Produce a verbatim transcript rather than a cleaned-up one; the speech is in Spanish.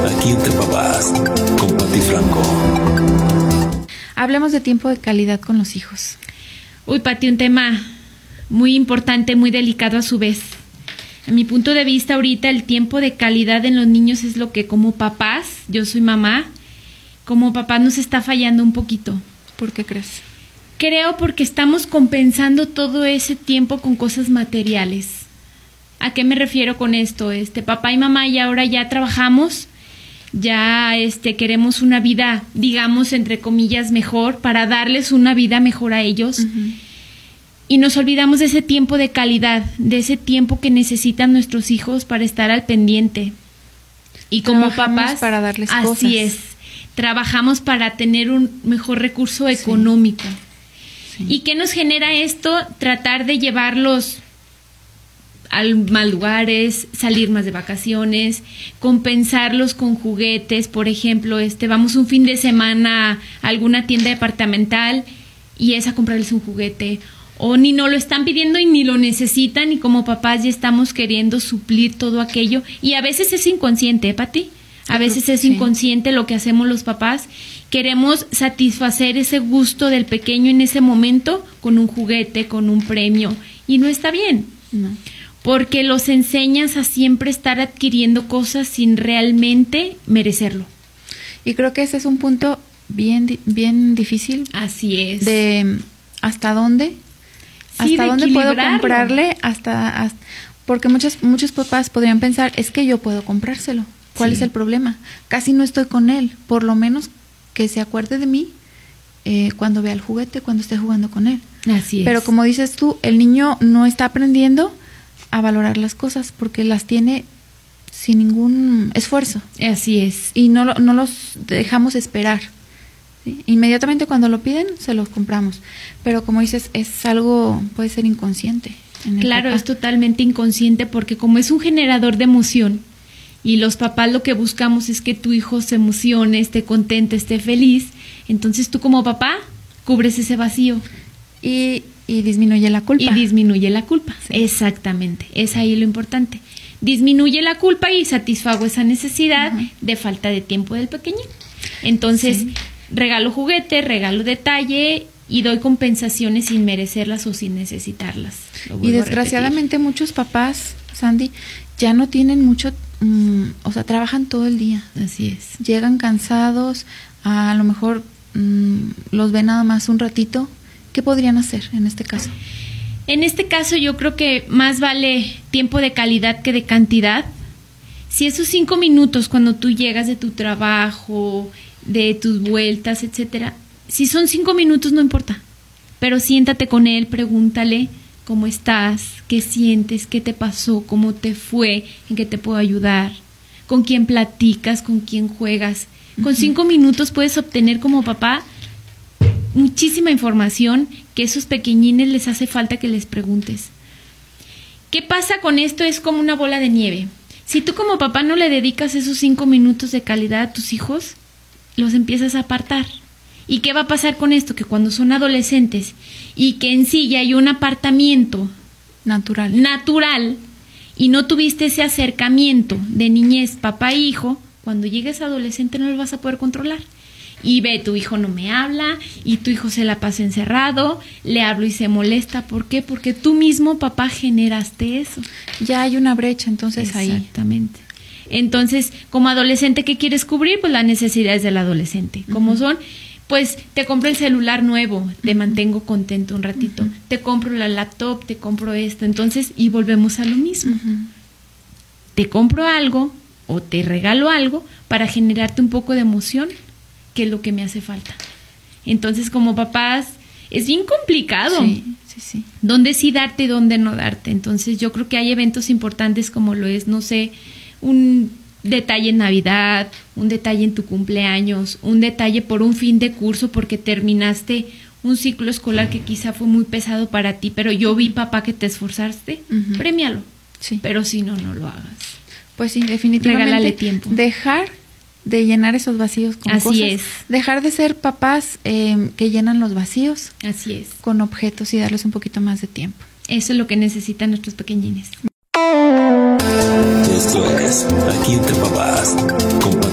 aquí entre papás, con Pati Franco. Hablemos de tiempo de calidad con los hijos. Uy, Pati, un tema muy importante, muy delicado a su vez. A mi punto de vista, ahorita el tiempo de calidad en los niños es lo que como papás, yo soy mamá, como papás nos está fallando un poquito. ¿Por qué crees? Creo porque estamos compensando todo ese tiempo con cosas materiales. ¿A qué me refiero con esto? Este, papá y mamá y ahora ya trabajamos, ya este, queremos una vida, digamos, entre comillas, mejor, para darles una vida mejor a ellos. Uh-huh. Y nos olvidamos de ese tiempo de calidad, de ese tiempo que necesitan nuestros hijos para estar al pendiente. Y como papás, para darles así cosas. es, trabajamos para tener un mejor recurso económico. Sí. Sí. ¿Y qué nos genera esto? Tratar de llevarlos a más lugares, salir más de vacaciones, compensarlos con juguetes. Por ejemplo, este, vamos un fin de semana a alguna tienda departamental y es a comprarles un juguete. O ni nos lo están pidiendo y ni lo necesitan, y como papás ya estamos queriendo suplir todo aquello. Y a veces es inconsciente, ¿eh, Pati? A veces es inconsciente lo que hacemos los papás. Queremos satisfacer ese gusto del pequeño en ese momento con un juguete, con un premio. Y no está bien. No. Porque los enseñas a siempre estar adquiriendo cosas sin realmente merecerlo. Y creo que ese es un punto bien, bien difícil. Así es. De hasta dónde, sí, hasta dónde puedo comprarle, hasta, hasta porque muchos, muchos papás podrían pensar, es que yo puedo comprárselo. ¿Cuál sí. es el problema? Casi no estoy con él, por lo menos que se acuerde de mí eh, cuando vea el juguete, cuando esté jugando con él. Así es. Pero como dices tú, el niño no está aprendiendo a valorar las cosas porque las tiene sin ningún esfuerzo. Así es. Y no, no los dejamos esperar. ¿Sí? Inmediatamente cuando lo piden, se los compramos. Pero como dices, es algo, puede ser inconsciente. Claro, es totalmente inconsciente porque como es un generador de emoción y los papás lo que buscamos es que tu hijo se emocione, esté contento, esté feliz, entonces tú como papá cubres ese vacío. Y Y disminuye la culpa. Y disminuye la culpa, sí. Exactamente. Es ahí lo importante. Disminuye la culpa y satisfago esa necesidad uh-huh. de falta de tiempo del pequeño. Entonces, sí. regalo juguete, regalo detalle y doy compensaciones sin merecerlas o sin necesitarlas. Y desgraciadamente muchos papás, Sandy, ya no tienen mucho, um, o sea, trabajan todo el día. Así es. Llegan cansados, a lo mejor um, los ven nada más un ratito. ¿Qué podrían hacer en este caso? En este caso yo creo que más vale tiempo de calidad que de cantidad. Si esos cinco minutos cuando tú llegas de tu trabajo, de tus vueltas, etcétera, si son cinco minutos no importa, pero siéntate con él, pregúntale cómo estás, qué sientes, qué te pasó, cómo te fue, en qué te puedo ayudar, con quién platicas, con quién juegas. Uh-huh. Con cinco minutos puedes obtener como papá muchísima información que a esos pequeñines les hace falta que les preguntes. ¿Qué pasa con esto? Es como una bola de nieve. Si tú como papá no le dedicas esos cinco minutos de calidad a tus hijos, los empiezas a apartar. ¿Y qué va a pasar con esto? Que cuando son adolescentes y que en sí ya hay un apartamiento natural, natural y no tuviste ese acercamiento de niñez, papá e hijo, cuando llegues adolescente no lo vas a poder controlar. Y ve, tu hijo no me habla, y tu hijo se la pasa encerrado, le hablo y se molesta. ¿Por qué? Porque tú mismo, papá, generaste eso. Ya hay una brecha, entonces Exactamente. ahí. Exactamente. Entonces, como adolescente, ¿qué quieres cubrir? Pues las necesidades del adolescente. ¿Cómo uh-huh. son? Pues te compro el celular nuevo, te uh-huh. mantengo contento un ratito. Uh-huh. Te compro la laptop, te compro esto. Entonces, y volvemos a lo mismo. Uh-huh. Te compro algo o te regalo algo para generarte un poco de emoción, que es lo que me hace falta. Entonces, como papás, es bien complicado. Sí, sí, sí. Dónde sí darte y dónde no darte. Entonces, yo creo que hay eventos importantes como lo es, no sé, un detalle en Navidad, un detalle en tu cumpleaños, un detalle por un fin de curso porque terminaste un ciclo escolar que quizá fue muy pesado para ti, pero yo vi, papá, que te esforzaste, uh-huh. premialo. Sí. Pero si no, no lo hagas. Pues sí, definitivamente. Regálale tiempo. Dejar de llenar esos vacíos con Así cosas. Es. Dejar de ser papás eh, que llenan los vacíos. Así es. Con objetos y darles un poquito más de tiempo. Eso es lo que necesitan nuestros pequeñines. Esto es Aquí entre papás, con